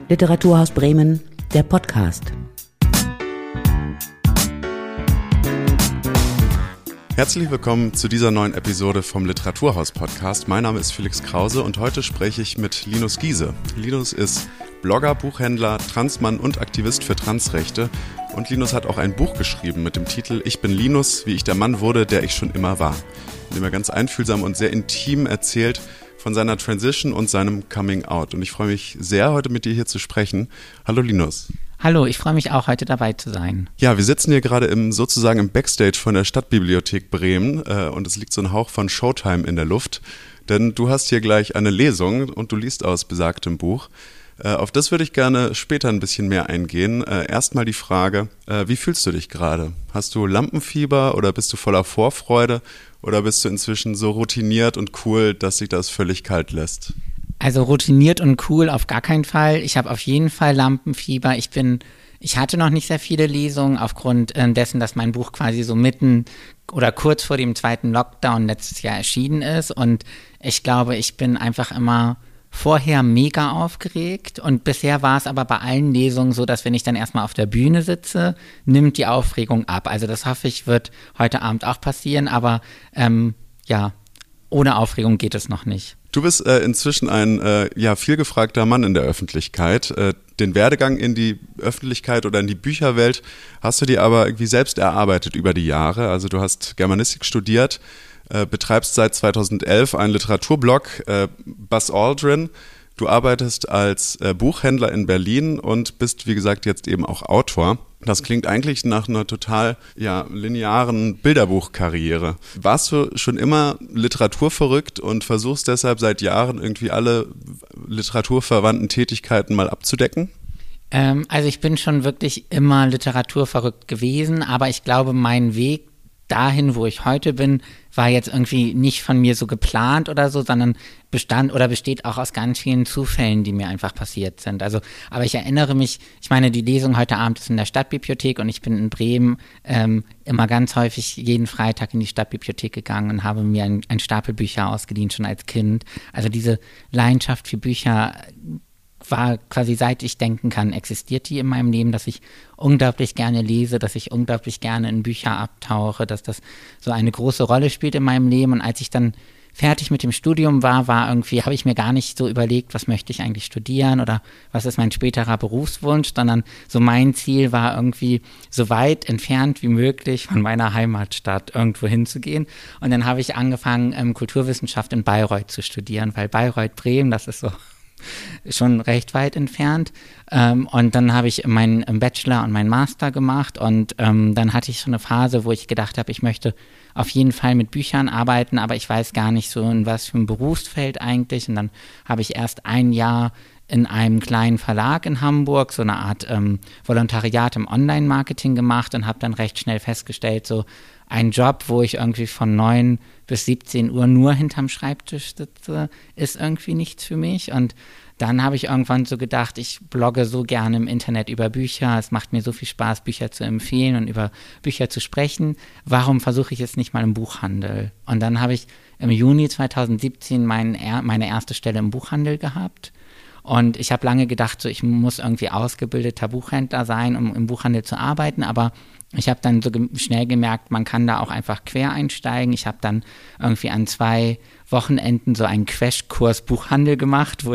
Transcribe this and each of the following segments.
Literaturhaus Bremen, der Podcast. Herzlich willkommen zu dieser neuen Episode vom Literaturhaus-Podcast. Mein Name ist Felix Krause und heute spreche ich mit Linus Giese. Linus ist Blogger, Buchhändler, Transmann und Aktivist für Transrechte. Und Linus hat auch ein Buch geschrieben mit dem Titel Ich bin Linus, wie ich der Mann wurde, der ich schon immer war. In dem er ganz einfühlsam und sehr intim erzählt von seiner Transition und seinem Coming Out. Und ich freue mich sehr, heute mit dir hier zu sprechen. Hallo Linus. Hallo, ich freue mich auch, heute dabei zu sein. Ja, wir sitzen hier gerade sozusagen im Backstage von der Stadtbibliothek Bremen und es liegt so ein Hauch von Showtime in der Luft, denn du hast hier gleich eine Lesung und du liest aus besagtem Buch. Auf das würde ich gerne später ein bisschen mehr eingehen. Erstmal die Frage, wie fühlst du dich gerade? Hast du Lampenfieber oder bist du voller Vorfreude oder bist du inzwischen so routiniert und cool, dass sich das völlig kalt lässt? Also routiniert und cool auf gar keinen Fall. Ich habe auf jeden Fall Lampenfieber. Ich hatte noch nicht sehr viele Lesungen aufgrund dessen, dass mein Buch quasi so mitten oder kurz vor dem zweiten Lockdown letztes Jahr erschienen ist. Und ich glaube, ich bin einfach immer vorher mega aufgeregt. Und bisher war es aber bei allen Lesungen so, dass wenn ich dann erstmal auf der Bühne sitze, nimmt die Aufregung ab. Also das hoffe ich, wird heute Abend auch passieren. Aber ohne Aufregung geht es noch nicht. Du bist inzwischen ein viel gefragter Mann in der Öffentlichkeit. Den Werdegang in die Öffentlichkeit oder in die Bücherwelt hast du dir aber irgendwie selbst erarbeitet über die Jahre. Also du hast Germanistik studiert, betreibst seit 2011 einen Literaturblog, Buzz Aldrin. Du arbeitest als Buchhändler in Berlin und bist, wie gesagt, jetzt eben auch Autor. Das klingt eigentlich nach einer total linearen Bilderbuchkarriere. Warst du schon immer literaturverrückt und versuchst deshalb seit Jahren irgendwie alle literaturverwandten Tätigkeiten mal abzudecken? Also ich bin schon wirklich immer literaturverrückt gewesen, aber ich glaube, mein Weg dahin, wo ich heute bin, war jetzt irgendwie nicht von mir so geplant oder so, sondern besteht auch aus ganz vielen Zufällen, die mir einfach passiert sind. Also, aber ich erinnere mich, ich meine, die Lesung heute Abend ist in der Stadtbibliothek und ich bin in Bremen immer ganz häufig jeden Freitag in die Stadtbibliothek gegangen und habe mir ein Stapel Bücher ausgeliehen, schon als Kind. Also diese Leidenschaft für Bücher war quasi, seit ich denken kann, existiert die in meinem Leben, dass ich unglaublich gerne lese, dass ich unglaublich gerne in Bücher abtauche, dass das so eine große Rolle spielt in meinem Leben. Und als ich dann fertig mit dem Studium habe ich mir gar nicht so überlegt, was möchte ich eigentlich studieren oder was ist mein späterer Berufswunsch, sondern so mein Ziel war irgendwie so weit entfernt wie möglich von meiner Heimatstadt irgendwo hinzugehen. Und dann habe ich angefangen, Kulturwissenschaft in Bayreuth zu studieren, weil Bayreuth, Bremen, das ist so schon recht weit entfernt. Und dann habe ich meinen Bachelor und meinen Master gemacht und dann hatte ich so eine Phase, wo ich gedacht habe, ich möchte auf jeden Fall mit Büchern arbeiten, aber ich weiß gar nicht so, in was für ein Berufsfeld eigentlich. Und dann habe ich erst ein Jahr in einem kleinen Verlag in Hamburg so eine Art Volontariat im Online-Marketing gemacht und habe dann recht schnell festgestellt, so ein Job, wo ich irgendwie von 9 bis 17 Uhr nur hinterm Schreibtisch sitze, ist irgendwie nichts für mich. Und dann habe ich irgendwann so gedacht, ich blogge so gerne im Internet über Bücher, es macht mir so viel Spaß, Bücher zu empfehlen und über Bücher zu sprechen. Warum versuche ich es nicht mal im Buchhandel? Und dann habe ich im Juni 2017 meine erste Stelle im Buchhandel gehabt. Und ich habe lange gedacht, so ich muss irgendwie ausgebildeter Buchhändler sein, um im Buchhandel zu arbeiten, aber ich habe dann so schnell gemerkt, man kann da auch einfach quer einsteigen. Ich habe dann irgendwie an 2 Wochenenden so einen Crashkurs Buchhandel gemacht,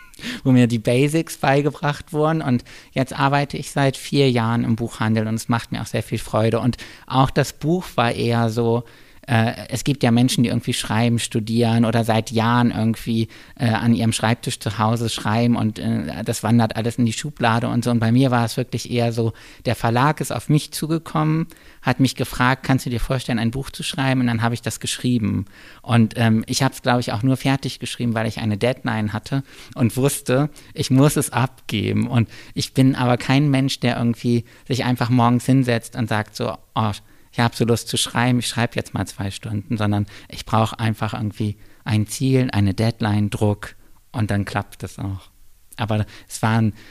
wo mir die Basics beigebracht wurden. Und jetzt arbeite ich seit 4 Jahren im Buchhandel und es macht mir auch sehr viel Freude. Und auch das Buch war eher so, es gibt ja Menschen, die irgendwie schreiben, studieren oder seit Jahren irgendwie an ihrem Schreibtisch zu Hause schreiben und das wandert alles in die Schublade und so. Und bei mir war es wirklich eher so, der Verlag ist auf mich zugekommen, hat mich gefragt, kannst du dir vorstellen, ein Buch zu schreiben? Und dann habe ich das geschrieben. Und ich habe es, glaube ich, auch nur fertig geschrieben, weil ich eine Deadline hatte und wusste, ich muss es abgeben. Und ich bin aber kein Mensch, der irgendwie sich einfach morgens hinsetzt und sagt so, oh, ich habe so Lust zu schreiben, ich schreibe jetzt mal 2 Stunden, sondern ich brauche einfach irgendwie ein Ziel, eine Deadline, Druck und dann klappt es auch. Aber es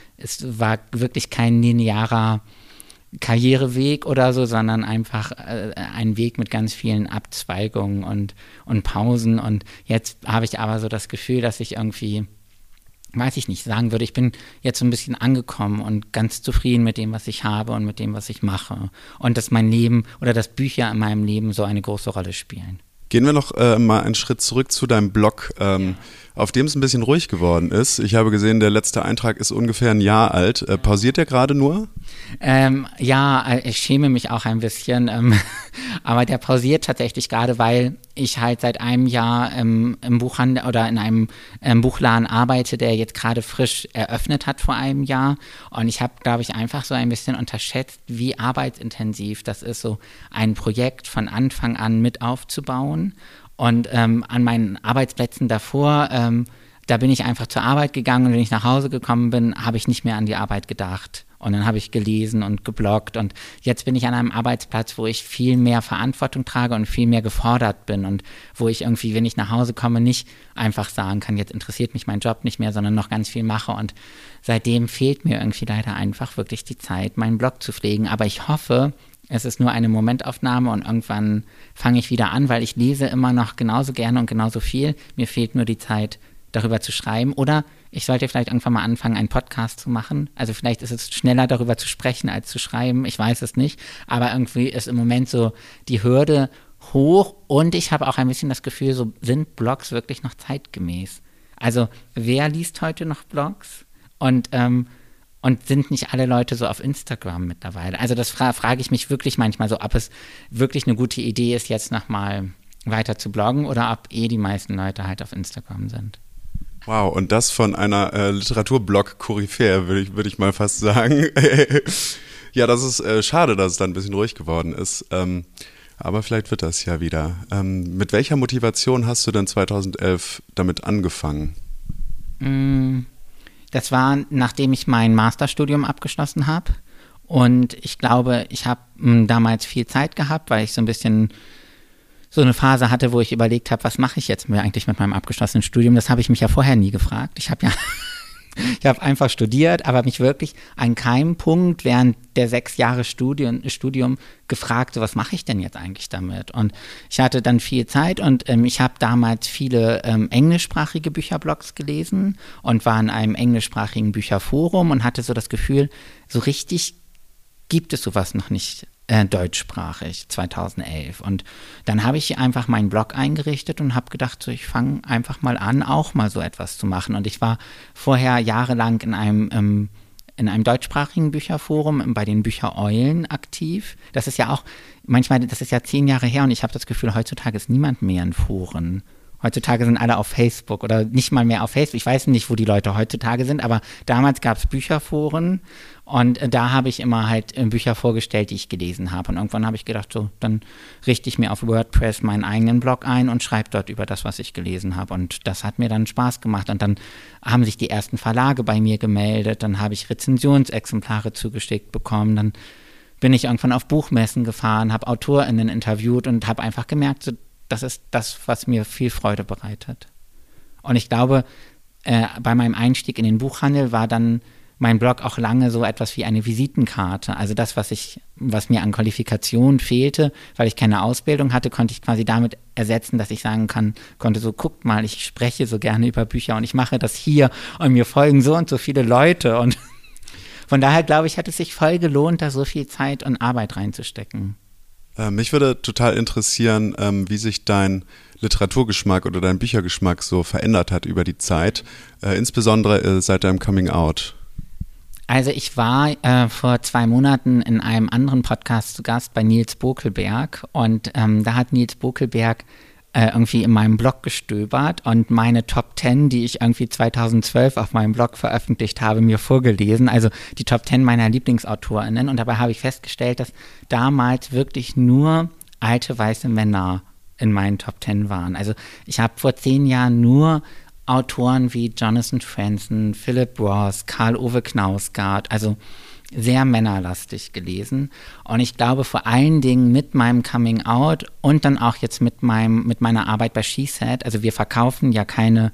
war wirklich kein linearer Karriereweg oder so, sondern einfach ein Weg mit ganz vielen Abzweigungen und Pausen. Und jetzt habe ich aber so das Gefühl, dass ich irgendwie weiß ich nicht, sagen würde, ich bin jetzt so ein bisschen angekommen und ganz zufrieden mit dem, was ich habe und mit dem, was ich mache. Und dass mein Leben oder dass Bücher in meinem Leben so eine große Rolle spielen. Gehen wir noch mal einen Schritt zurück zu deinem Blog, auf dem es ein bisschen ruhig geworden ist. Ich habe gesehen, der letzte Eintrag ist ungefähr ein Jahr alt. Pausiert der gerade nur? Ja, ich schäme mich auch ein bisschen, aber der pausiert tatsächlich gerade, weil ich halt seit einem Jahr im Buchhandel oder in einem Buchladen arbeite, der jetzt gerade frisch eröffnet hat vor einem Jahr. Und ich habe, glaube ich, einfach so ein bisschen unterschätzt, wie arbeitsintensiv das ist, so ein Projekt von Anfang an mit aufzubauen. Und an meinen Arbeitsplätzen davor, da bin ich einfach zur Arbeit gegangen und wenn ich nach Hause gekommen bin, habe ich nicht mehr an die Arbeit gedacht. Und dann habe ich gelesen und gebloggt und jetzt bin ich an einem Arbeitsplatz, wo ich viel mehr Verantwortung trage und viel mehr gefordert bin und wo ich irgendwie, wenn ich nach Hause komme, nicht einfach sagen kann, jetzt interessiert mich mein Job nicht mehr, sondern noch ganz viel mache und seitdem fehlt mir irgendwie leider einfach wirklich die Zeit, meinen Blog zu pflegen. Aber ich hoffe, es ist nur eine Momentaufnahme und irgendwann fange ich wieder an, weil ich lese immer noch genauso gerne und genauso viel. Mir fehlt nur die Zeit, darüber zu schreiben. Oder ich sollte vielleicht irgendwann mal anfangen, einen Podcast zu machen. Also vielleicht ist es schneller, darüber zu sprechen, als zu schreiben. Ich weiß es nicht. Aber irgendwie ist im Moment so die Hürde hoch. Und ich habe auch ein bisschen das Gefühl, so sind Blogs wirklich noch zeitgemäß? Also wer liest heute noch Blogs? Und sind nicht alle Leute so auf Instagram mittlerweile? Also das frage ich mich wirklich manchmal so, ob es wirklich eine gute Idee ist, jetzt nochmal weiter zu bloggen oder ob die meisten Leute halt auf Instagram sind. Wow, und das von einer Literaturblog-Koryphäe, würde ich mal fast sagen. Ja, das ist schade, dass es dann ein bisschen ruhig geworden ist. Aber vielleicht wird das ja wieder. Mit welcher Motivation hast du denn 2011 damit angefangen? Das war, nachdem ich mein Masterstudium abgeschlossen habe. Und ich glaube, ich habe damals viel Zeit gehabt, weil ich so ein bisschen so eine Phase hatte, wo ich überlegt habe, was mache ich jetzt eigentlich mit meinem abgeschlossenen Studium? Das habe ich mich ja vorher nie gefragt. Ich habe einfach studiert, aber mich wirklich an keinem Punkt während der 6 Jahre Studium gefragt, so was mache ich denn jetzt eigentlich damit? Und ich hatte dann viel Zeit und ich habe damals viele englischsprachige Bücherblogs gelesen und war in einem englischsprachigen Bücherforum und hatte so das Gefühl, so richtig gibt es sowas noch nicht deutschsprachig 2011. Und dann habe ich einfach meinen Blog eingerichtet und habe gedacht, so ich fange einfach mal an, auch mal so etwas zu machen. Und ich war vorher jahrelang in einem deutschsprachigen Bücherforum bei den Büchereulen aktiv. Das ist ja auch, manchmal, das ist ja 10 Jahre her und ich habe das Gefühl, heutzutage ist niemand mehr in Foren. Heutzutage sind alle auf Facebook oder nicht mal mehr auf Facebook. Ich weiß nicht, wo die Leute heutzutage sind, aber damals gab es Bücherforen und da habe ich immer halt Bücher vorgestellt, die ich gelesen habe. Und irgendwann habe ich gedacht, so, dann richte ich mir auf WordPress meinen eigenen Blog ein und schreibe dort über das, was ich gelesen habe. Und das hat mir dann Spaß gemacht. Und dann haben sich die ersten Verlage bei mir gemeldet, dann habe ich Rezensionsexemplare zugeschickt bekommen, dann bin ich irgendwann auf Buchmessen gefahren, habe AutorInnen interviewt und habe einfach gemerkt, so, das ist das, was mir viel Freude bereitet. Und ich glaube, bei meinem Einstieg in den Buchhandel war dann mein Blog auch lange so etwas wie eine Visitenkarte. Also das, was mir an Qualifikation fehlte, weil ich keine Ausbildung hatte, konnte ich quasi damit ersetzen, dass ich sagen konnte so, guckt mal, ich spreche so gerne über Bücher und ich mache das hier und mir folgen so und so viele Leute. Und von daher, glaube ich, hat es sich voll gelohnt, da so viel Zeit und Arbeit reinzustecken. Mich würde total interessieren, wie sich dein Literaturgeschmack oder dein Büchergeschmack so verändert hat über die Zeit, insbesondere seit deinem Coming Out. Also ich war vor 2 Monaten in einem anderen Podcast zu Gast bei Nils Bokelberg und da hat Nils Bokelberg irgendwie in meinem Blog gestöbert und meine Top 10, die ich irgendwie 2012 auf meinem Blog veröffentlicht habe, mir vorgelesen. Also die Top 10 meiner LieblingsautorInnen. Und dabei habe ich festgestellt, dass damals wirklich nur alte weiße Männer in meinen Top 10 waren. Also ich habe vor 10 Jahren nur Autoren wie Jonathan Franzen, Philip Roth, Karl-Ove Knausgard, also sehr männerlastig gelesen. Und ich glaube vor allen Dingen mit meinem Coming Out und dann auch jetzt mit meiner Arbeit bei She Said, also wir verkaufen ja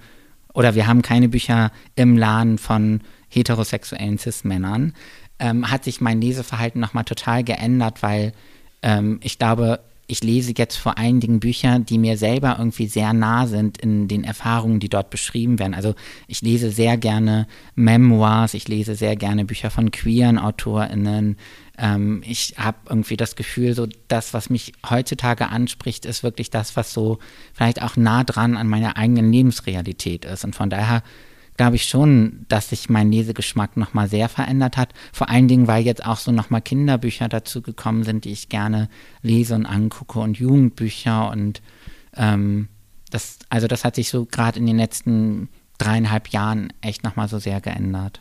wir haben keine Bücher im Laden von heterosexuellen Cis-Männern, hat sich mein Leseverhalten nochmal total geändert, weil ich glaube, ich lese jetzt vor allen Dingen Bücher, die mir selber irgendwie sehr nah sind in den Erfahrungen, die dort beschrieben werden. Also ich lese sehr gerne Memoirs, ich lese sehr gerne Bücher von queeren AutorInnen. Ich habe irgendwie das Gefühl, so das, was mich heutzutage anspricht, ist wirklich das, was so vielleicht auch nah dran an meiner eigenen Lebensrealität ist. Und von daher glaube ich schon, dass sich mein Lesegeschmack nochmal sehr verändert hat. Vor allen Dingen, weil jetzt auch so nochmal Kinderbücher dazu gekommen sind, die ich gerne lese und angucke und Jugendbücher und das hat sich so gerade in den letzten 3,5 Jahren echt nochmal so sehr geändert.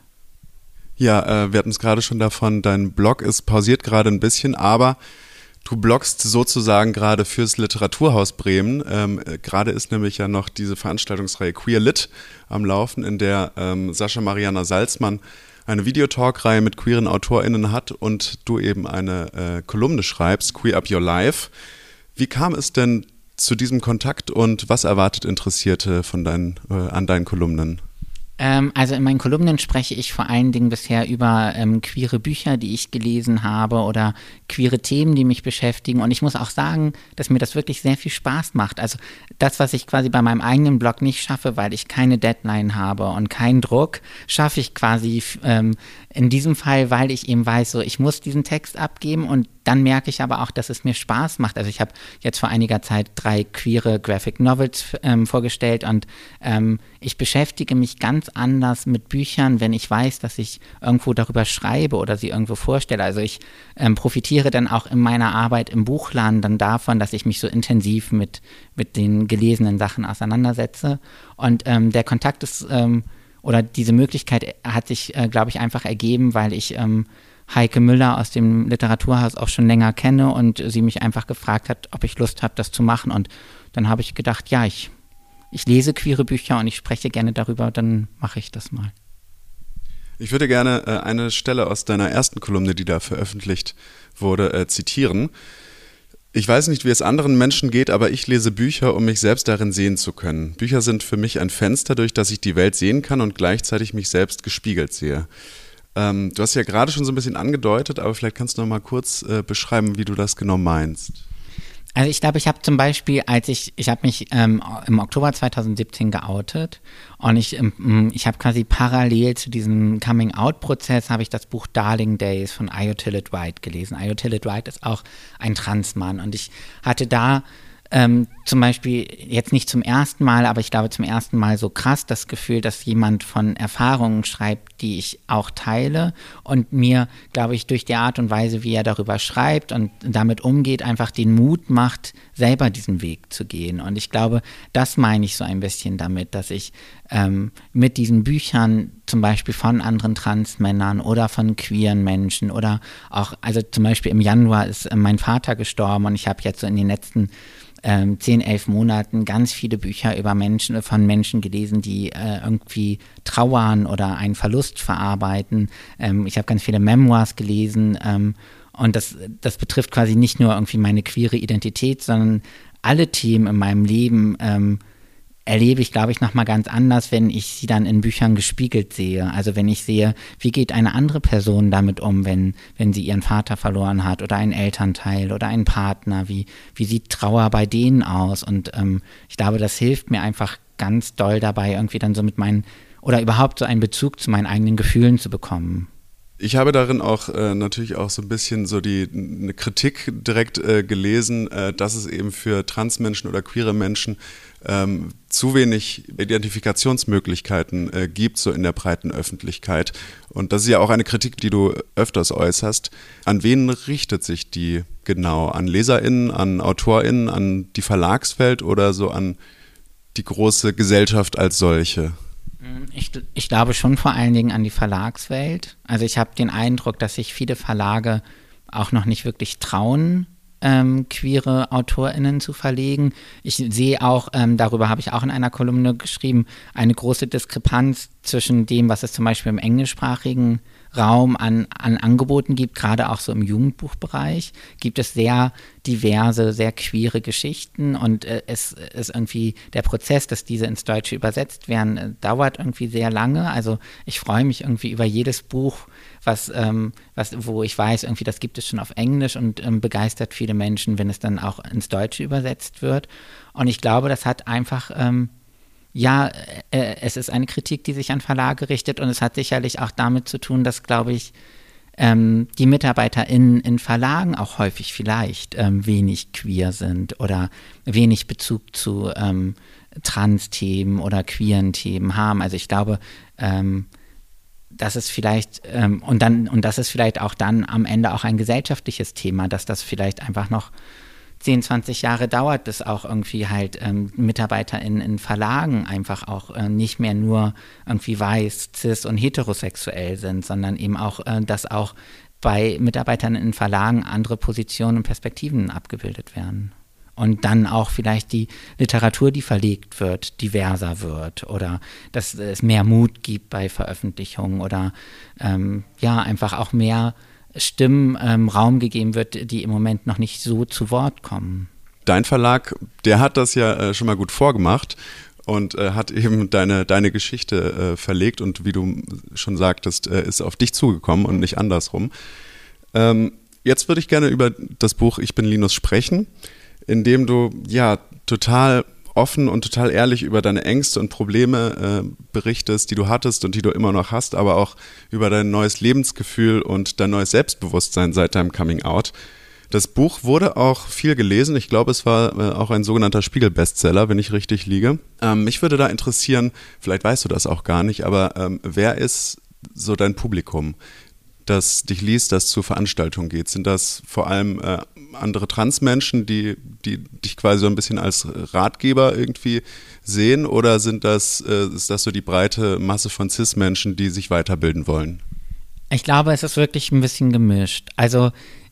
Ja, wir hatten es gerade schon davon, dein Blog ist pausiert gerade ein bisschen, aber du bloggst sozusagen gerade fürs Literaturhaus Bremen. Gerade ist nämlich ja noch diese Veranstaltungsreihe Queer Lit am Laufen, in der Sascha Mariana Salzmann eine Videotalk-Reihe mit queeren AutorInnen hat und du eben eine Kolumne schreibst, Queer Up Your Life. Wie kam es denn zu diesem Kontakt und was erwartet Interessierte an deinen Kolumnen? Also in meinen Kolumnen spreche ich vor allen Dingen bisher über queere Bücher, die ich gelesen habe oder queere Themen, die mich beschäftigen. Und ich muss auch sagen, dass mir das wirklich sehr viel Spaß macht. Also das, was ich quasi bei meinem eigenen Blog nicht schaffe, weil ich keine Deadline habe und keinen Druck, schaffe ich quasi in diesem Fall, weil ich eben weiß, so ich muss diesen Text abgeben und dann merke ich aber auch, dass es mir Spaß macht. Also ich habe jetzt vor einiger Zeit 3 queere Graphic Novels vorgestellt und ich beschäftige mich ganz anders mit Büchern, wenn ich weiß, dass ich irgendwo darüber schreibe oder sie irgendwo vorstelle. Also ich profitiere dann auch in meiner Arbeit im Buchladen dann davon, dass ich mich so intensiv mit den gelesenen Sachen auseinandersetze. Und der Kontakt ist, oder diese Möglichkeit hat sich, glaube ich, einfach ergeben, weil ich Heike Müller aus dem Literaturhaus auch schon länger kenne und sie mich einfach gefragt hat, ob ich Lust habe, das zu machen. Und dann habe ich gedacht, ja, ich lese queere Bücher und ich spreche gerne darüber, dann mache ich das mal. Ich würde gerne eine Stelle aus deiner ersten Kolumne, die da veröffentlicht wurde, zitieren. Ich weiß nicht, wie es anderen Menschen geht, aber ich lese Bücher, um mich selbst darin sehen zu können. Bücher sind für mich ein Fenster, durch das ich die Welt sehen kann und gleichzeitig mich selbst gespiegelt sehe. Du hast ja gerade schon so ein bisschen angedeutet, aber vielleicht kannst du noch mal kurz beschreiben, wie du das genau meinst. Also ich glaube, ich habe zum Beispiel, ich habe mich im Oktober 2017 geoutet und ich habe quasi parallel zu diesem Coming-out-Prozess habe ich das Buch Darling Days von Ayo Tillett-White gelesen. Ayo Tillett-White ist auch ein Transmann und ich hatte da zum Beispiel jetzt nicht zum ersten Mal, aber ich glaube zum ersten Mal so krass das Gefühl, dass jemand von Erfahrungen schreibt, die ich auch teile und mir, glaube ich, durch die Art und Weise, wie er darüber schreibt und damit umgeht, einfach den Mut macht, selber diesen Weg zu gehen. Und ich glaube, das meine ich so ein bisschen damit, dass ich mit diesen Büchern zum Beispiel von anderen Transmännern oder von queeren Menschen oder auch, also zum Beispiel im Januar ist mein Vater gestorben und ich habe jetzt so in den letzten 10, 11 Monaten ganz viele Bücher über von Menschen gelesen, die irgendwie trauern oder einen Verlust verarbeiten. Ich habe ganz viele Memoirs gelesen und das betrifft quasi nicht nur irgendwie meine queere Identität, sondern alle Themen in meinem Leben erlebe ich, glaube ich, nochmal ganz anders, wenn ich sie dann in Büchern gespiegelt sehe. Also wenn ich sehe, wie geht eine andere Person damit um, wenn sie ihren Vater verloren hat oder einen Elternteil oder einen Partner, wie sieht Trauer bei denen aus? Und ich glaube, das hilft mir einfach ganz doll dabei, irgendwie dann so oder überhaupt so einen Bezug zu meinen eigenen Gefühlen zu bekommen. Ich habe darin auch natürlich auch so ein bisschen so eine Kritik direkt gelesen, dass es eben für Transmenschen oder queere Menschen zu wenig Identifikationsmöglichkeiten gibt, so in der breiten Öffentlichkeit. Und das ist ja auch eine Kritik, die du öfters äußerst. An wen richtet sich die genau? An LeserInnen, an AutorInnen, an die Verlagswelt oder so an die große Gesellschaft als solche? Ich glaube schon vor allen Dingen an die Verlagswelt. Also ich habe den Eindruck, dass sich viele Verlage auch noch nicht wirklich trauen, queere AutorInnen zu verlegen. Ich sehe auch, darüber habe ich auch in einer Kolumne geschrieben, eine große Diskrepanz zwischen dem, was es zum Beispiel im englischsprachigen Raum an Angeboten gibt, gerade auch so im Jugendbuchbereich, gibt es sehr diverse, sehr queere Geschichten und es ist irgendwie der Prozess, dass diese ins Deutsche übersetzt werden, dauert irgendwie sehr lange. Also ich freue mich irgendwie über jedes Buch, wo ich weiß, irgendwie das gibt es schon auf Englisch und begeistert viele Menschen, wenn es dann auch ins Deutsche übersetzt wird. Und ich glaube, das hat einfach es ist eine Kritik, die sich an Verlage richtet und es hat sicherlich auch damit zu tun, dass, glaube ich, die MitarbeiterInnen in Verlagen auch häufig vielleicht wenig queer sind oder wenig Bezug zu Trans-Themen oder queeren Themen haben. Also ich glaube, das ist vielleicht das ist vielleicht auch dann am Ende auch ein gesellschaftliches Thema, dass das vielleicht einfach noch 10, 20 Jahre dauert, bis auch irgendwie halt Mitarbeiter in Verlagen einfach auch nicht mehr nur irgendwie weiß, cis und heterosexuell sind, sondern eben auch, dass auch bei Mitarbeitern in Verlagen andere Positionen und Perspektiven abgebildet werden. Und dann auch vielleicht die Literatur, die verlegt wird, diverser wird oder dass es mehr Mut gibt bei Veröffentlichungen oder einfach auch mehr Stimmen Raum gegeben wird, die im Moment noch nicht so zu Wort kommen. Dein Verlag, der hat das ja schon mal gut vorgemacht und hat eben deine Geschichte verlegt und wie du schon sagtest, ist auf dich zugekommen und nicht andersrum. Jetzt würde ich gerne über das Buch Ich bin Linus sprechen, in dem du ja total offen und total ehrlich über deine Ängste und Probleme berichtest, die du hattest und die du immer noch hast, aber auch über dein neues Lebensgefühl und dein neues Selbstbewusstsein seit deinem Coming-out. Das Buch wurde auch viel gelesen. Ich glaube, es war auch ein sogenannter Spiegel-Bestseller, wenn ich richtig liege. Mich würde da interessieren, vielleicht weißt du das auch gar nicht, aber wer ist so dein Publikum, das dich liest, das zur Veranstaltung geht? Sind das vor allem andere Transmenschen, die dich quasi so ein bisschen als Ratgeber irgendwie sehen, oder ist das so die breite Masse von Cis-Menschen, die sich weiterbilden wollen? Ich glaube, es ist wirklich ein bisschen gemischt. Also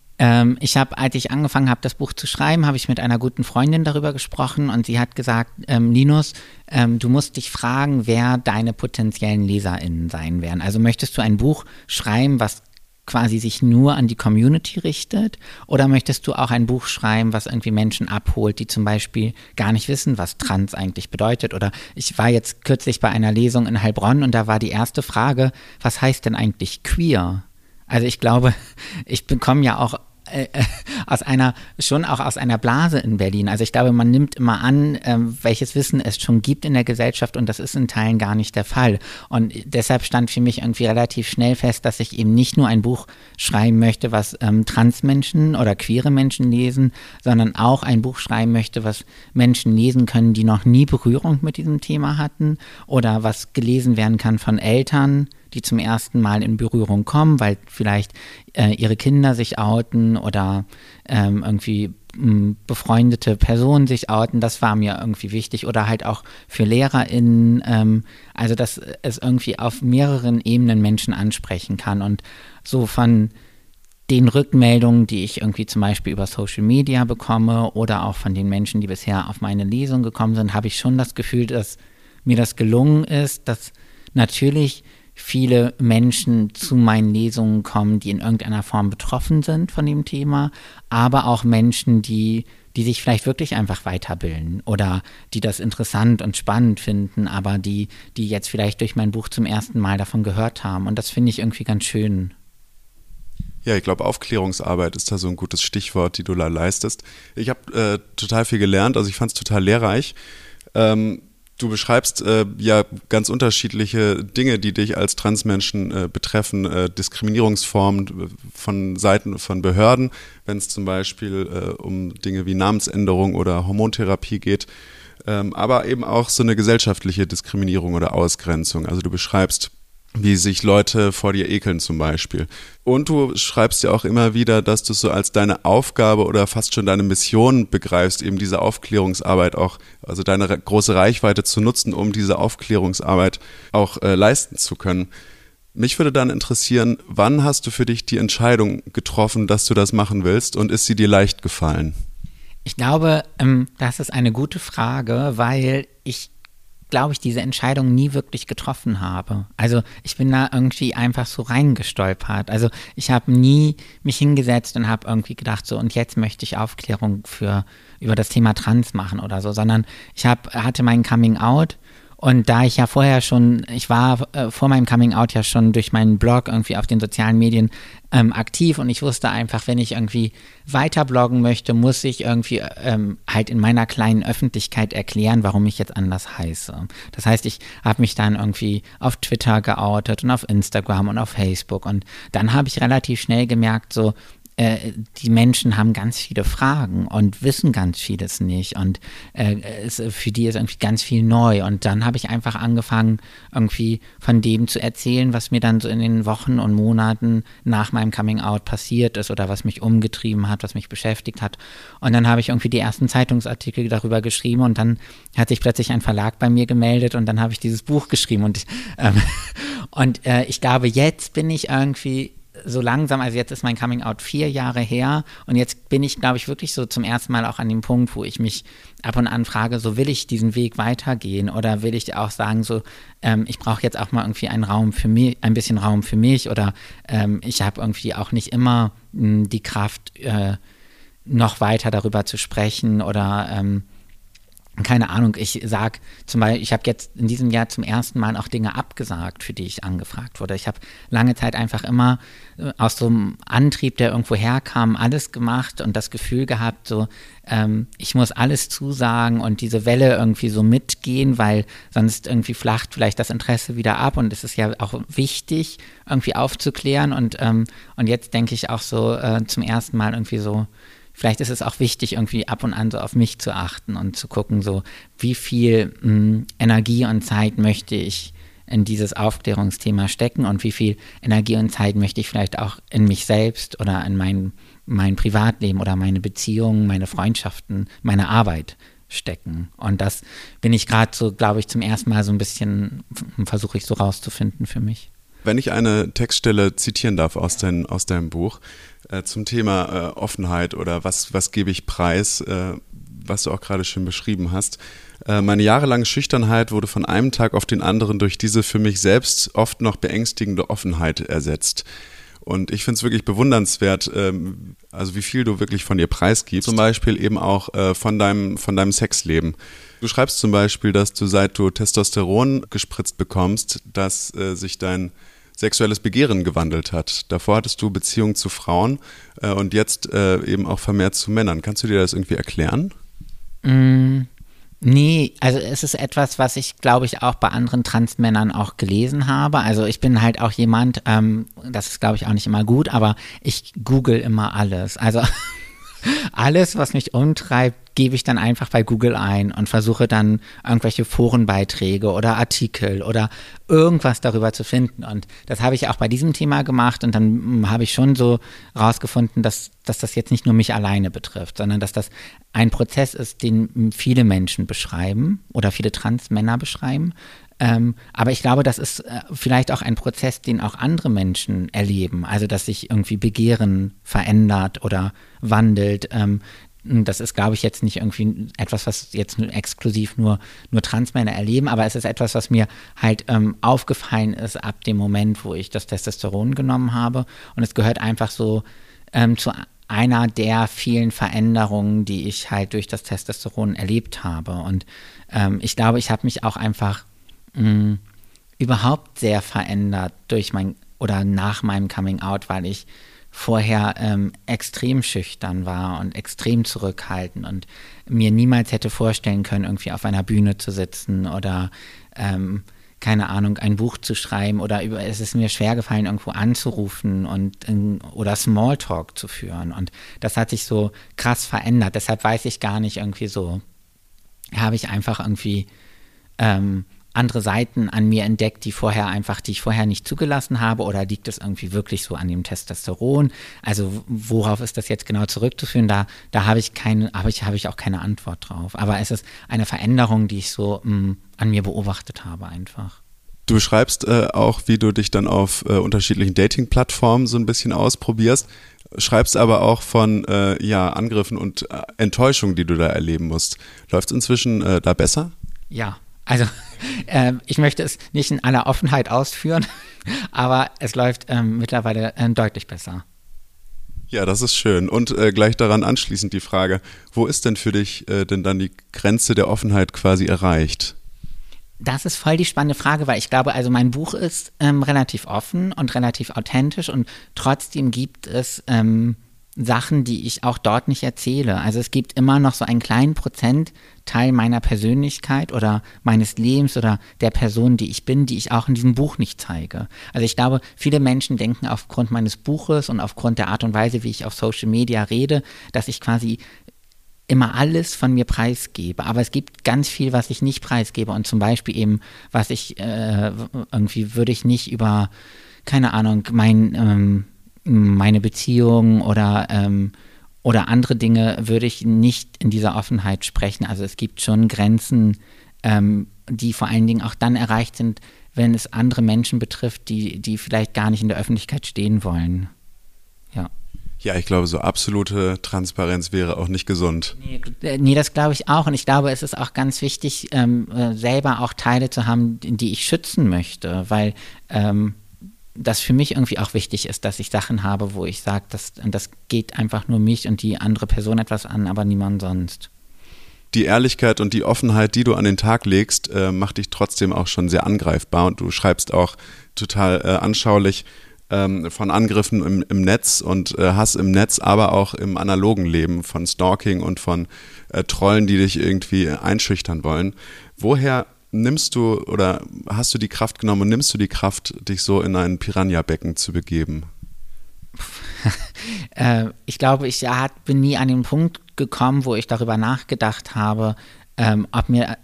als ich angefangen habe, das Buch zu schreiben, habe ich mit einer guten Freundin darüber gesprochen und sie hat gesagt, Linus, du musst dich fragen, wer deine potenziellen LeserInnen sein werden. Also möchtest du ein Buch schreiben, was quasi sich nur an die Community richtet, oder möchtest du auch ein Buch schreiben, was irgendwie Menschen abholt, die zum Beispiel gar nicht wissen, was Trans eigentlich bedeutet? Oder ich war jetzt kürzlich bei einer Lesung in Heilbronn und da war die erste Frage, was heißt denn eigentlich queer? Also ich glaube, ich komme ja auch aus einer Blase in Berlin. Also ich glaube, man nimmt immer an, welches Wissen es schon gibt in der Gesellschaft, und das ist in Teilen gar nicht der Fall. Und deshalb stand für mich irgendwie relativ schnell fest, dass ich eben nicht nur ein Buch schreiben möchte, was Transmenschen oder queere Menschen lesen, sondern auch ein Buch schreiben möchte, was Menschen lesen können, die noch nie Berührung mit diesem Thema hatten, oder was gelesen werden kann von Eltern, die zum ersten Mal in Berührung kommen, weil vielleicht ihre Kinder sich outen oder irgendwie befreundete Personen sich outen. Das war mir irgendwie wichtig. Oder halt auch für LehrerInnen, also dass es irgendwie auf mehreren Ebenen Menschen ansprechen kann. Und so von den Rückmeldungen, die ich irgendwie zum Beispiel über Social Media bekomme oder auch von den Menschen, die bisher auf meine Lesung gekommen sind, habe ich schon das Gefühl, dass mir das gelungen ist, dass natürlich viele Menschen zu meinen Lesungen kommen, die in irgendeiner Form betroffen sind von dem Thema, aber auch Menschen, die sich vielleicht wirklich einfach weiterbilden oder die das interessant und spannend finden, aber die jetzt vielleicht durch mein Buch zum ersten Mal davon gehört haben. Und das finde ich irgendwie ganz schön. Ja, ich glaube, Aufklärungsarbeit ist da so ein gutes Stichwort, die du da leistest. Ich habe total viel gelernt, also ich fand es total lehrreich. Du beschreibst ja ganz unterschiedliche Dinge, die dich als Transmenschen betreffen, Diskriminierungsformen von Seiten von Behörden, wenn es zum Beispiel um Dinge wie Namensänderung oder Hormontherapie geht, aber eben auch so eine gesellschaftliche Diskriminierung oder Ausgrenzung. Also du beschreibst, wie sich Leute vor dir ekeln zum Beispiel. Und du schreibst ja auch immer wieder, dass du es so als deine Aufgabe oder fast schon deine Mission begreifst, eben diese Aufklärungsarbeit auch, also deine große Reichweite zu nutzen, um diese Aufklärungsarbeit auch leisten zu können. Mich würde dann interessieren, wann hast du für dich die Entscheidung getroffen, dass du das machen willst, und ist sie dir leicht gefallen? Ich glaube, das ist eine gute Frage, weil ich glaube ich, diese Entscheidung nie wirklich getroffen habe. Also ich bin da irgendwie einfach so reingestolpert. Also ich habe nie mich hingesetzt und habe irgendwie gedacht, so und jetzt möchte ich Aufklärung über das Thema Trans machen oder so, sondern hatte mein Coming Out. Und da ich ja ich war vor meinem Coming Out ja schon durch meinen Blog irgendwie auf den sozialen Medien aktiv und ich wusste einfach, wenn ich irgendwie weiter bloggen möchte, muss ich irgendwie halt in meiner kleinen Öffentlichkeit erklären, warum ich jetzt anders heiße. Das heißt, ich habe mich dann irgendwie auf Twitter geoutet und auf Instagram und auf Facebook und dann habe ich relativ schnell gemerkt, so, die Menschen haben ganz viele Fragen und wissen ganz vieles nicht und für die ist irgendwie ganz viel neu und dann habe ich einfach angefangen, irgendwie von dem zu erzählen, was mir dann so in den Wochen und Monaten nach meinem Coming-out passiert ist oder was mich umgetrieben hat, was mich beschäftigt hat und dann habe ich irgendwie die ersten Zeitungsartikel darüber geschrieben und dann hat sich plötzlich ein Verlag bei mir gemeldet und dann habe ich dieses Buch geschrieben und ich glaube, jetzt bin ich irgendwie so langsam, also jetzt ist mein Coming-out 4 Jahre her und jetzt bin ich, glaube ich, wirklich so zum ersten Mal auch an dem Punkt, wo ich mich ab und an frage, so will ich diesen Weg weitergehen oder will ich auch sagen, so ich brauche jetzt auch mal irgendwie einen Raum für mich, ein bisschen Raum für mich oder ich habe irgendwie auch nicht immer die Kraft, noch weiter darüber zu sprechen oder keine Ahnung, ich sag zum Beispiel, ich habe jetzt in diesem Jahr zum ersten Mal auch Dinge abgesagt, für die ich angefragt wurde. Ich habe lange Zeit einfach immer aus so einem Antrieb, der irgendwo herkam, alles gemacht und das Gefühl gehabt, so ich muss alles zusagen und diese Welle irgendwie so mitgehen, weil sonst irgendwie flacht vielleicht das Interesse wieder ab und es ist ja auch wichtig, irgendwie aufzuklären und jetzt denke ich auch so zum ersten Mal irgendwie so, vielleicht ist es auch wichtig, irgendwie ab und an so auf mich zu achten und zu gucken, so wie viel Energie und Zeit möchte ich in dieses Aufklärungsthema stecken und wie viel Energie und Zeit möchte ich vielleicht auch in mich selbst oder in mein Privatleben oder meine Beziehungen, meine Freundschaften, meine Arbeit stecken. Und das bin ich gerade so, glaube ich, zum ersten Mal so ein bisschen, versuche ich so rauszufinden für mich. Wenn ich eine Textstelle zitieren darf aus deinem Buch zum Thema Offenheit oder was gebe ich preis, was du auch gerade schön beschrieben hast. Meine jahrelange Schüchternheit wurde von einem Tag auf den anderen durch diese für mich selbst oft noch beängstigende Offenheit ersetzt. Und ich finde es wirklich bewundernswert, also wie viel du wirklich von dir preisgibst. Zum Beispiel eben auch von deinem Sexleben. Du schreibst zum Beispiel, dass du, seit du Testosteron gespritzt bekommst, dass sich dein sexuelles Begehren gewandelt hat. Davor hattest du Beziehungen zu Frauen und jetzt eben auch vermehrt zu Männern. Kannst du dir das irgendwie erklären? Nee, also es ist etwas, was ich, glaube ich, auch bei anderen Transmännern auch gelesen habe. Also ich bin halt auch jemand, das ist, glaube ich, auch nicht immer gut, aber ich google immer alles. Also alles, was mich umtreibt, gebe ich dann einfach bei Google ein und versuche dann irgendwelche Forenbeiträge oder Artikel oder irgendwas darüber zu finden. Und das habe ich auch bei diesem Thema gemacht und dann habe ich schon so rausgefunden, dass das jetzt nicht nur mich alleine betrifft, sondern dass das ein Prozess ist, den viele Menschen beschreiben oder viele Transmänner beschreiben. Aber ich glaube, das ist vielleicht auch ein Prozess, den auch andere Menschen erleben. Also, dass sich irgendwie Begehren verändert oder wandelt. Das ist, glaube ich, jetzt nicht irgendwie etwas, was jetzt exklusiv nur Transmänner erleben, aber es ist etwas, was mir halt aufgefallen ist ab dem Moment, wo ich das Testosteron genommen habe. Und es gehört einfach so zu einer der vielen Veränderungen, die ich halt durch das Testosteron erlebt habe. Und ich glaube, ich habe mich auch einfach überhaupt sehr verändert nach meinem Coming Out, weil ich vorher extrem schüchtern war und extrem zurückhaltend und mir niemals hätte vorstellen können, irgendwie auf einer Bühne zu sitzen oder keine Ahnung, ein Buch zu schreiben oder es ist mir schwer gefallen, irgendwo anzurufen oder Smalltalk zu führen und das hat sich so krass verändert, deshalb weiß ich gar nicht irgendwie so, habe ich einfach irgendwie andere Seiten an mir entdeckt, die ich vorher nicht zugelassen habe, oder liegt es irgendwie wirklich so an dem Testosteron? Also worauf ist das jetzt genau zurückzuführen? Da habe ich auch keine Antwort drauf. Aber es ist eine Veränderung, die ich so an mir beobachtet habe einfach. Du beschreibst auch, wie du dich dann auf unterschiedlichen Dating-Plattformen so ein bisschen ausprobierst, schreibst aber auch von Angriffen und Enttäuschungen, die du da erleben musst. Läuft es inzwischen da besser? Ja. Also Ich möchte es nicht in aller Offenheit ausführen, aber es läuft mittlerweile deutlich besser. Ja, das ist schön. Und gleich daran anschließend die Frage, wo ist denn für dich denn dann die Grenze der Offenheit quasi erreicht? Das ist voll die spannende Frage, weil ich glaube, also mein Buch ist relativ offen und relativ authentisch und trotzdem gibt es Sachen, die ich auch dort nicht erzähle. Also es gibt immer noch so einen kleinen Prozentteil meiner Persönlichkeit oder meines Lebens oder der Person, die ich bin, die ich auch in diesem Buch nicht zeige. Also ich glaube, viele Menschen denken aufgrund meines Buches und aufgrund der Art und Weise, wie ich auf Social Media rede, dass ich quasi immer alles von mir preisgebe, aber es gibt ganz viel, was ich nicht preisgebe und zum Beispiel eben, was ich irgendwie würde ich nicht über, keine Ahnung, meine Beziehung oder andere Dinge würde ich nicht in dieser Offenheit sprechen. Also es gibt schon Grenzen, die vor allen Dingen auch dann erreicht sind, wenn es andere Menschen betrifft, die vielleicht gar nicht in der Öffentlichkeit stehen wollen. Ja. Ja, ich glaube, so absolute Transparenz wäre auch nicht gesund. Nee, das glaube ich auch. Und ich glaube, es ist auch ganz wichtig, selber auch Teile zu haben, die ich schützen möchte, weil das für mich irgendwie auch wichtig ist, dass ich Sachen habe, wo ich sage, das geht einfach nur mich und die andere Person etwas an, aber niemand sonst. Die Ehrlichkeit und die Offenheit, die du an den Tag legst, macht dich trotzdem auch schon sehr angreifbar und du schreibst auch total anschaulich von Angriffen im Netz und Hass im Netz, aber auch im analogen Leben, von Stalking und von Trollen, die dich irgendwie einschüchtern wollen. Woher nimmst du oder hast du die Kraft genommen und nimmst du die Kraft, dich so in ein Piranha-Becken zu begeben? Ich glaube, ich bin nie an den Punkt gekommen, wo ich darüber nachgedacht habe, ob mir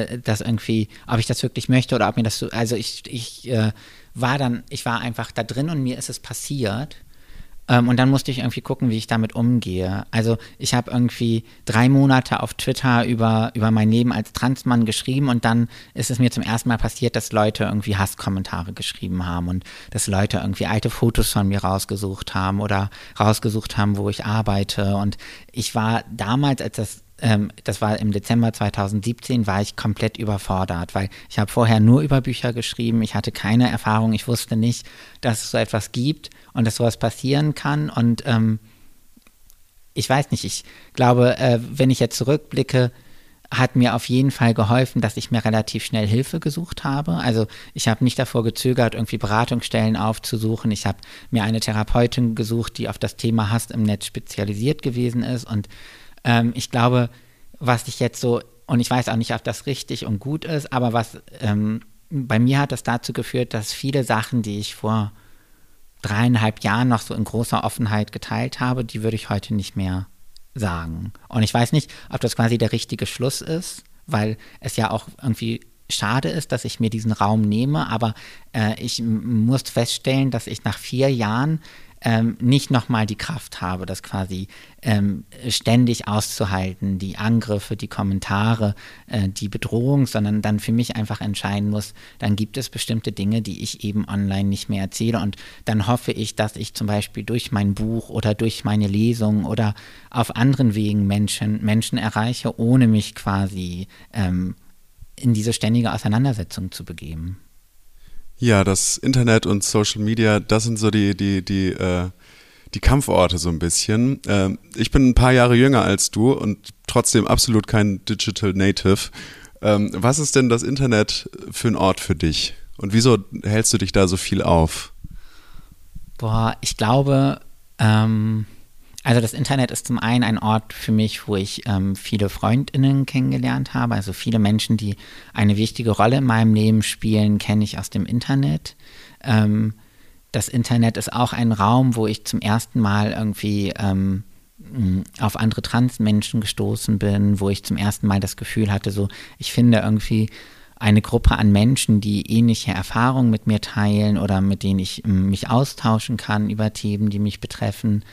ob ich das wirklich möchte oder ob mir das so, also ich war einfach da drin und mir ist es passiert. Und dann musste ich irgendwie gucken, wie ich damit umgehe. Also ich habe irgendwie 3 Monate auf Twitter über mein Leben als Transmann geschrieben und dann ist es mir zum ersten Mal passiert, dass Leute irgendwie Hasskommentare geschrieben haben und dass Leute irgendwie alte Fotos von mir rausgesucht haben oder rausgesucht haben, wo ich arbeite. Und ich war damals, als das war im Dezember 2017, war ich komplett überfordert, weil ich habe vorher nur über Bücher geschrieben, ich hatte keine Erfahrung, ich wusste nicht, dass es so etwas gibt und dass sowas passieren kann und ich weiß nicht, ich glaube, wenn ich jetzt zurückblicke, hat mir auf jeden Fall geholfen, dass ich mir relativ schnell Hilfe gesucht habe. Also ich habe nicht davor gezögert, irgendwie Beratungsstellen aufzusuchen. Ich habe mir eine Therapeutin gesucht, die auf das Thema Hass im Netz spezialisiert gewesen ist und ich glaube, was ich jetzt so, und ich weiß auch nicht, ob das richtig und gut ist, aber bei mir hat das dazu geführt, dass viele Sachen, die ich vor 3,5 Jahren noch so in großer Offenheit geteilt habe, die würde ich heute nicht mehr sagen. Und ich weiß nicht, ob das quasi der richtige Schluss ist, weil es ja auch irgendwie schade ist, dass ich mir diesen Raum nehme, aber ich muss feststellen, dass ich nach 4 Jahren nicht nochmal die Kraft habe, das quasi ständig auszuhalten, die Angriffe, die Kommentare, die Bedrohung, sondern dann für mich einfach entscheiden muss, dann gibt es bestimmte Dinge, die ich eben online nicht mehr erzähle und dann hoffe ich, dass ich zum Beispiel durch mein Buch oder durch meine Lesung oder auf anderen Wegen Menschen erreiche, ohne mich quasi in diese ständige Auseinandersetzung zu begeben. Ja, das Internet und Social Media, das sind so die Kampforte so ein bisschen. Ich bin ein paar Jahre jünger als du und trotzdem absolut kein Digital Native. Was ist denn das Internet für ein Ort für dich? Und wieso hältst du dich da so viel auf? Ich glaube, also das Internet ist zum einen ein Ort für mich, wo ich viele FreundInnen kennengelernt habe. Also viele Menschen, die eine wichtige Rolle in meinem Leben spielen, kenne ich aus dem Internet. Das Internet ist auch ein Raum, wo ich zum ersten Mal irgendwie auf andere Transmenschen gestoßen bin, wo ich zum ersten Mal das Gefühl hatte, so ich finde irgendwie eine Gruppe an Menschen, die ähnliche Erfahrungen mit mir teilen oder mit denen ich mich austauschen kann über Themen, die mich betreffen.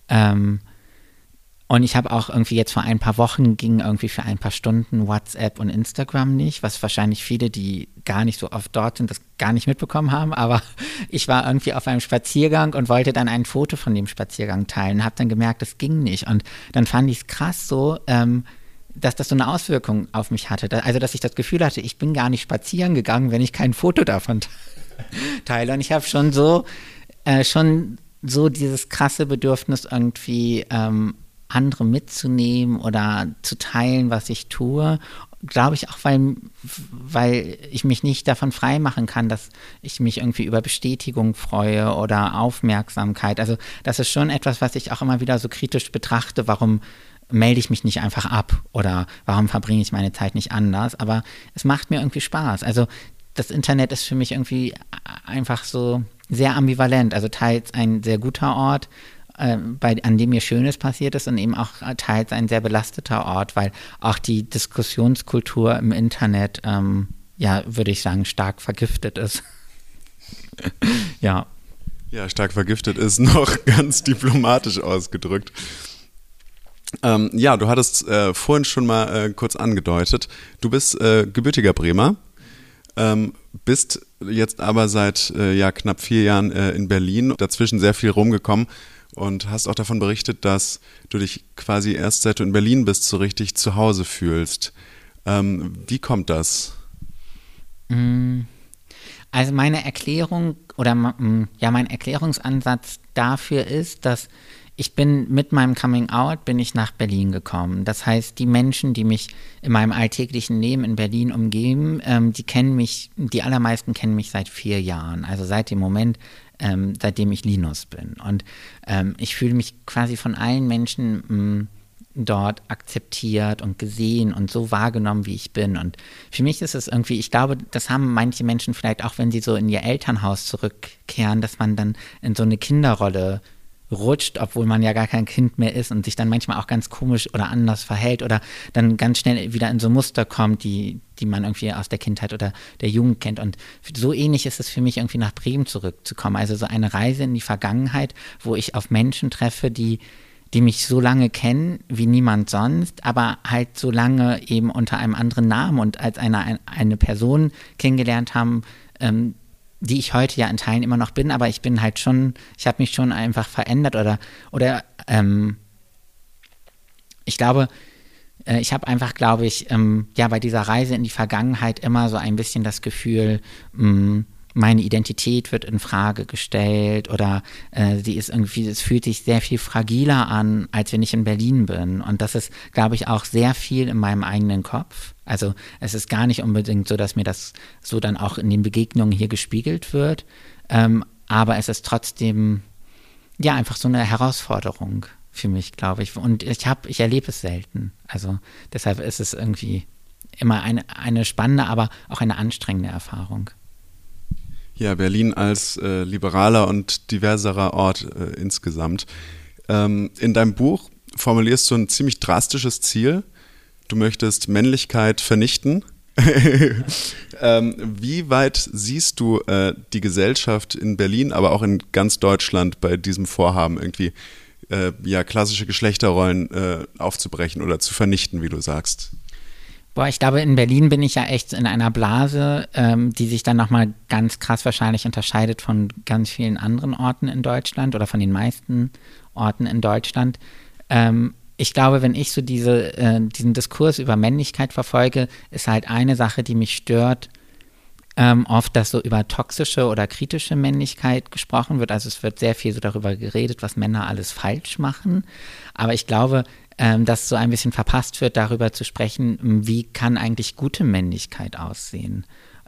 Und ich habe auch irgendwie jetzt vor ein paar Wochen ging irgendwie für ein paar Stunden WhatsApp und Instagram nicht, was wahrscheinlich viele, die gar nicht so oft dort sind, das gar nicht mitbekommen haben, aber ich war irgendwie auf einem Spaziergang und wollte dann ein Foto von dem Spaziergang teilen und habe dann gemerkt, das ging nicht und dann fand ich es krass so, dass das so eine Auswirkung auf mich hatte. Also, dass ich das Gefühl hatte, ich bin gar nicht spazieren gegangen, wenn ich kein Foto davon teile. Und ich habe schon so dieses krasse Bedürfnis irgendwie andere mitzunehmen oder zu teilen, was ich tue. Glaube ich auch, weil ich mich nicht davon frei machen kann, dass ich mich irgendwie über Bestätigung freue oder Aufmerksamkeit. Also das ist schon etwas, was ich auch immer wieder so kritisch betrachte. Warum melde ich mich nicht einfach ab oder warum verbringe ich meine Zeit nicht anders? Aber es macht mir irgendwie Spaß. Also das Internet ist für mich irgendwie einfach so sehr ambivalent. Also teils ein sehr guter Ort, an dem mir Schönes passiert ist und eben auch teils ein sehr belasteter Ort, weil auch die Diskussionskultur im Internet, würde ich sagen, stark vergiftet ist. Ja. Ja, stark vergiftet ist noch ganz diplomatisch ausgedrückt. Du hattest vorhin schon mal kurz angedeutet, du bist gebürtiger Bremer, bist jetzt aber seit knapp 4 Jahren in Berlin, dazwischen sehr viel rumgekommen. Und hast auch davon berichtet, dass du dich quasi erst seit du in Berlin bist, so richtig zu Hause fühlst. Wie kommt das? Also meine Erklärung oder mein Erklärungsansatz dafür ist, dass ich bin mit meinem Coming Out bin ich nach Berlin gekommen. Das heißt, die Menschen, die mich in meinem alltäglichen Leben in Berlin umgeben, die allermeisten kennen mich seit 4 Jahren. Also seit dem Moment, seitdem ich Linus bin. Und ich fühle mich quasi von allen Menschen dort akzeptiert und gesehen und so wahrgenommen, wie ich bin. Und für mich ist es irgendwie, ich glaube, das haben manche Menschen vielleicht auch, wenn sie so in ihr Elternhaus zurückkehren, dass man dann in so eine Kinderrolle rutscht, obwohl man ja gar kein Kind mehr ist und sich dann manchmal auch ganz komisch oder anders verhält oder dann ganz schnell wieder in so Muster kommt, die man irgendwie aus der Kindheit oder der Jugend kennt. Und so ähnlich ist es für mich, irgendwie nach Bremen zurückzukommen. Also so eine Reise in die Vergangenheit, wo ich auf Menschen treffe, die mich so lange kennen wie niemand sonst, aber halt so lange eben unter einem anderen Namen und als eine Person kennengelernt haben, die ich heute ja in Teilen immer noch bin, aber ich bin halt schon, ich habe mich schon einfach verändert oder ich glaube, ich habe einfach, glaube ich, bei dieser Reise in die Vergangenheit immer so ein bisschen das Gefühl, meine Identität wird in Frage gestellt oder es fühlt sich sehr viel fragiler an, als wenn ich in Berlin bin. Und das ist, glaube ich, auch sehr viel in meinem eigenen Kopf. Also es ist gar nicht unbedingt so, dass mir das so dann auch in den Begegnungen hier gespiegelt wird. Aber es ist trotzdem, einfach so eine Herausforderung für mich, glaube ich. Und ich erlebe es selten. Also deshalb ist es irgendwie immer eine spannende, aber auch eine anstrengende Erfahrung. Ja, Berlin als liberaler und diverserer Ort insgesamt. In deinem Buch formulierst du ein ziemlich drastisches Ziel. Du möchtest Männlichkeit vernichten. Wie weit siehst du die Gesellschaft in Berlin, aber auch in ganz Deutschland bei diesem Vorhaben, irgendwie klassische Geschlechterrollen aufzubrechen oder zu vernichten, wie du sagst? Ich glaube, in Berlin bin ich ja echt in einer Blase, die sich dann nochmal ganz krass wahrscheinlich unterscheidet von ganz vielen anderen Orten in Deutschland oder von den meisten Orten in Deutschland. Ich glaube, wenn ich so diesen Diskurs über Männlichkeit verfolge, ist halt eine Sache, die mich stört, oft, dass so über toxische oder kritische Männlichkeit gesprochen wird. Also es wird sehr viel so darüber geredet, was Männer alles falsch machen. Aber ich glaube, dass so ein bisschen verpasst wird, darüber zu sprechen, wie kann eigentlich gute Männlichkeit aussehen?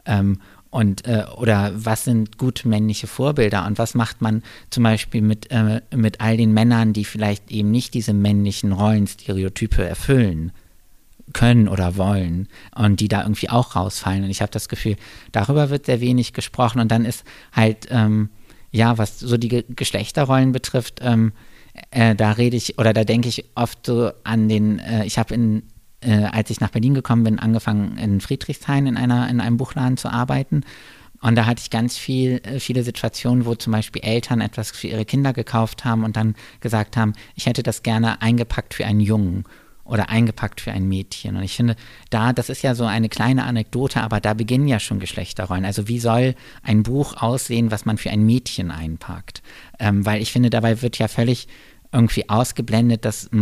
Oder was sind gute männliche Vorbilder und was macht man zum Beispiel mit all den Männern, die vielleicht eben nicht diese männlichen Rollenstereotype erfüllen können oder wollen und die da irgendwie auch rausfallen. Und ich habe das Gefühl, darüber wird sehr wenig gesprochen. Und dann ist halt, was so die Geschlechterrollen betrifft, da denke ich oft so an ich habe als ich nach Berlin gekommen bin, angefangen in Friedrichshain in einem Buchladen zu arbeiten. Und da hatte ich ganz viele Situationen, wo zum Beispiel Eltern etwas für ihre Kinder gekauft haben und dann gesagt haben, ich hätte das gerne eingepackt für einen Jungen oder eingepackt für ein Mädchen. Und ich finde, das ist ja so eine kleine Anekdote, aber da beginnen ja schon Geschlechterrollen. Also wie soll ein Buch aussehen, was man für ein Mädchen einpackt? Weil ich finde, dabei wird ja völlig irgendwie ausgeblendet, dass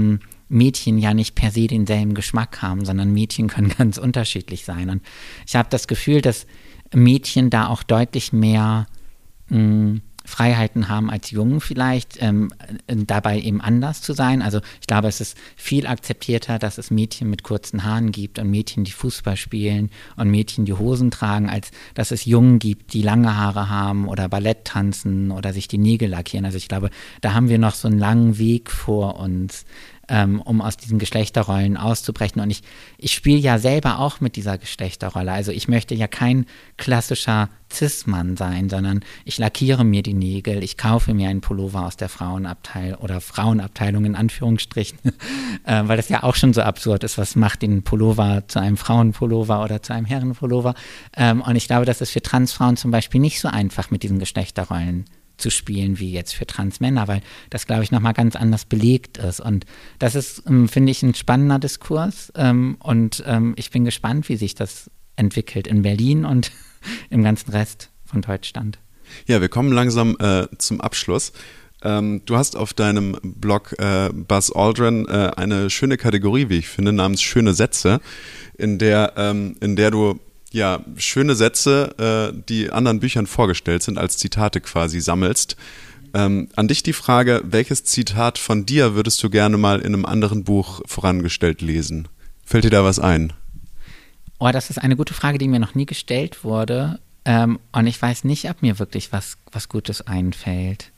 Mädchen ja nicht per se denselben Geschmack haben, sondern Mädchen können ganz unterschiedlich sein. Und ich habe das Gefühl, dass Mädchen da auch deutlich mehr Freiheiten haben als Jungen vielleicht, dabei eben anders zu sein. Also ich glaube, es ist viel akzeptierter, dass es Mädchen mit kurzen Haaren gibt und Mädchen, die Fußball spielen und Mädchen, die Hosen tragen, als dass es Jungen gibt, die lange Haare haben oder Ballett tanzen oder sich die Nägel lackieren. Also ich glaube, da haben wir noch so einen langen Weg vor uns, um aus diesen Geschlechterrollen auszubrechen. Und ich spiele ja selber auch mit dieser Geschlechterrolle. Also ich möchte ja kein klassischer Cis-Mann sein, sondern ich lackiere mir die Nägel, ich kaufe mir einen Pullover aus der Frauenabteilung oder Frauenabteilung in Anführungsstrichen, weil das ja auch schon so absurd ist. Was macht den Pullover zu einem Frauenpullover oder zu einem Herrenpullover? Und ich glaube, das ist für Transfrauen zum Beispiel nicht so einfach mit diesen Geschlechterrollen zu spielen wie jetzt für Transmänner, weil das, glaube ich, nochmal ganz anders belegt ist. Und das ist, finde ich, ein spannender Diskurs. Und ich bin gespannt, wie sich das entwickelt in Berlin und im ganzen Rest von Deutschland. Ja, wir kommen langsam zum Abschluss. Du hast auf deinem Blog Buzz Aldrin eine schöne Kategorie, wie ich finde, namens Schöne Sätze, in der du schöne Sätze, die anderen Büchern vorgestellt sind, als Zitate quasi sammelst. An dich die Frage, welches Zitat von dir würdest du gerne mal in einem anderen Buch vorangestellt lesen? Fällt dir da was ein? Oh, das ist eine gute Frage, die mir noch nie gestellt wurde. Und ich weiß nicht, ob mir wirklich was Gutes einfällt.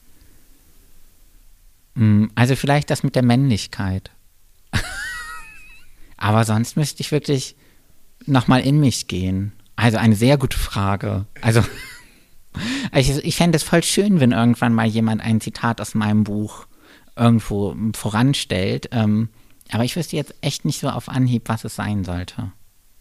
Also vielleicht das mit der Männlichkeit. Aber sonst müsste ich wirklich nochmal in mich gehen. Also eine sehr gute Frage. Also ich fände es voll schön, wenn irgendwann mal jemand ein Zitat aus meinem Buch irgendwo voranstellt. Aber ich wüsste jetzt echt nicht so auf Anhieb, was es sein sollte.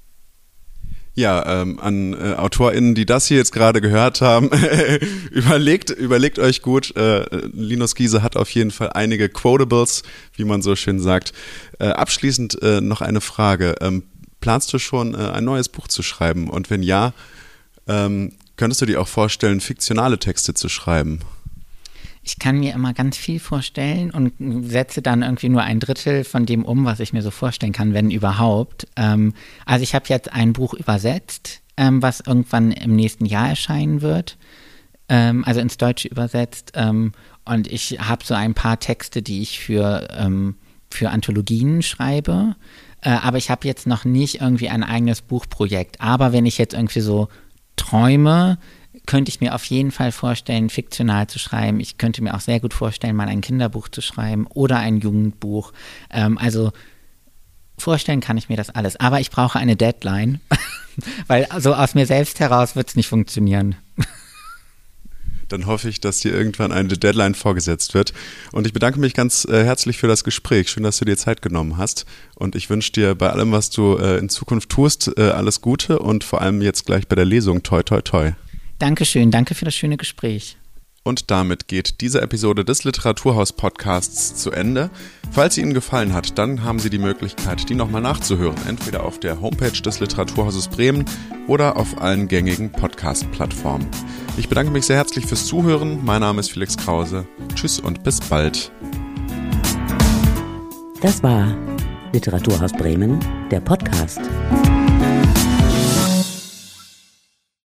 Ja, an AutorInnen, die das hier jetzt gerade gehört haben, überlegt euch gut. Linus Giese hat auf jeden Fall einige Quotables, wie man so schön sagt. Abschließend noch eine Frage. Planst du schon, ein neues Buch zu schreiben? Und wenn ja, könntest du dir auch vorstellen, fiktionale Texte zu schreiben? Ich kann mir immer ganz viel vorstellen und setze dann irgendwie nur ein Drittel von dem um, was ich mir so vorstellen kann, wenn überhaupt. Also ich habe jetzt ein Buch übersetzt, was irgendwann im nächsten Jahr erscheinen wird, also ins Deutsche übersetzt. Und ich habe so ein paar Texte, die ich für Anthologien schreibe. Aber ich habe jetzt noch nicht irgendwie ein eigenes Buchprojekt. Aber wenn ich jetzt irgendwie so träume, könnte ich mir auf jeden Fall vorstellen, fiktional zu schreiben. Ich könnte mir auch sehr gut vorstellen, mal ein Kinderbuch zu schreiben oder ein Jugendbuch. Also vorstellen kann ich mir das alles. Aber ich brauche eine Deadline, weil so aus mir selbst heraus wird es nicht funktionieren. Dann hoffe ich, dass dir irgendwann eine Deadline vorgesetzt wird. Und ich bedanke mich ganz herzlich für das Gespräch. Schön, dass du dir Zeit genommen hast. Und ich wünsche dir bei allem, was du in Zukunft tust, alles Gute und vor allem jetzt gleich bei der Lesung toi toi toi. Dankeschön, danke für das schöne Gespräch. Und damit geht diese Episode des Literaturhaus-Podcasts zu Ende. Falls sie Ihnen gefallen hat, dann haben Sie die Möglichkeit, die nochmal nachzuhören. Entweder auf der Homepage des Literaturhauses Bremen oder auf allen gängigen Podcast-Plattformen. Ich bedanke mich sehr herzlich fürs Zuhören. Mein Name ist Felix Krause. Tschüss und bis bald. Das war Literaturhaus Bremen, der Podcast.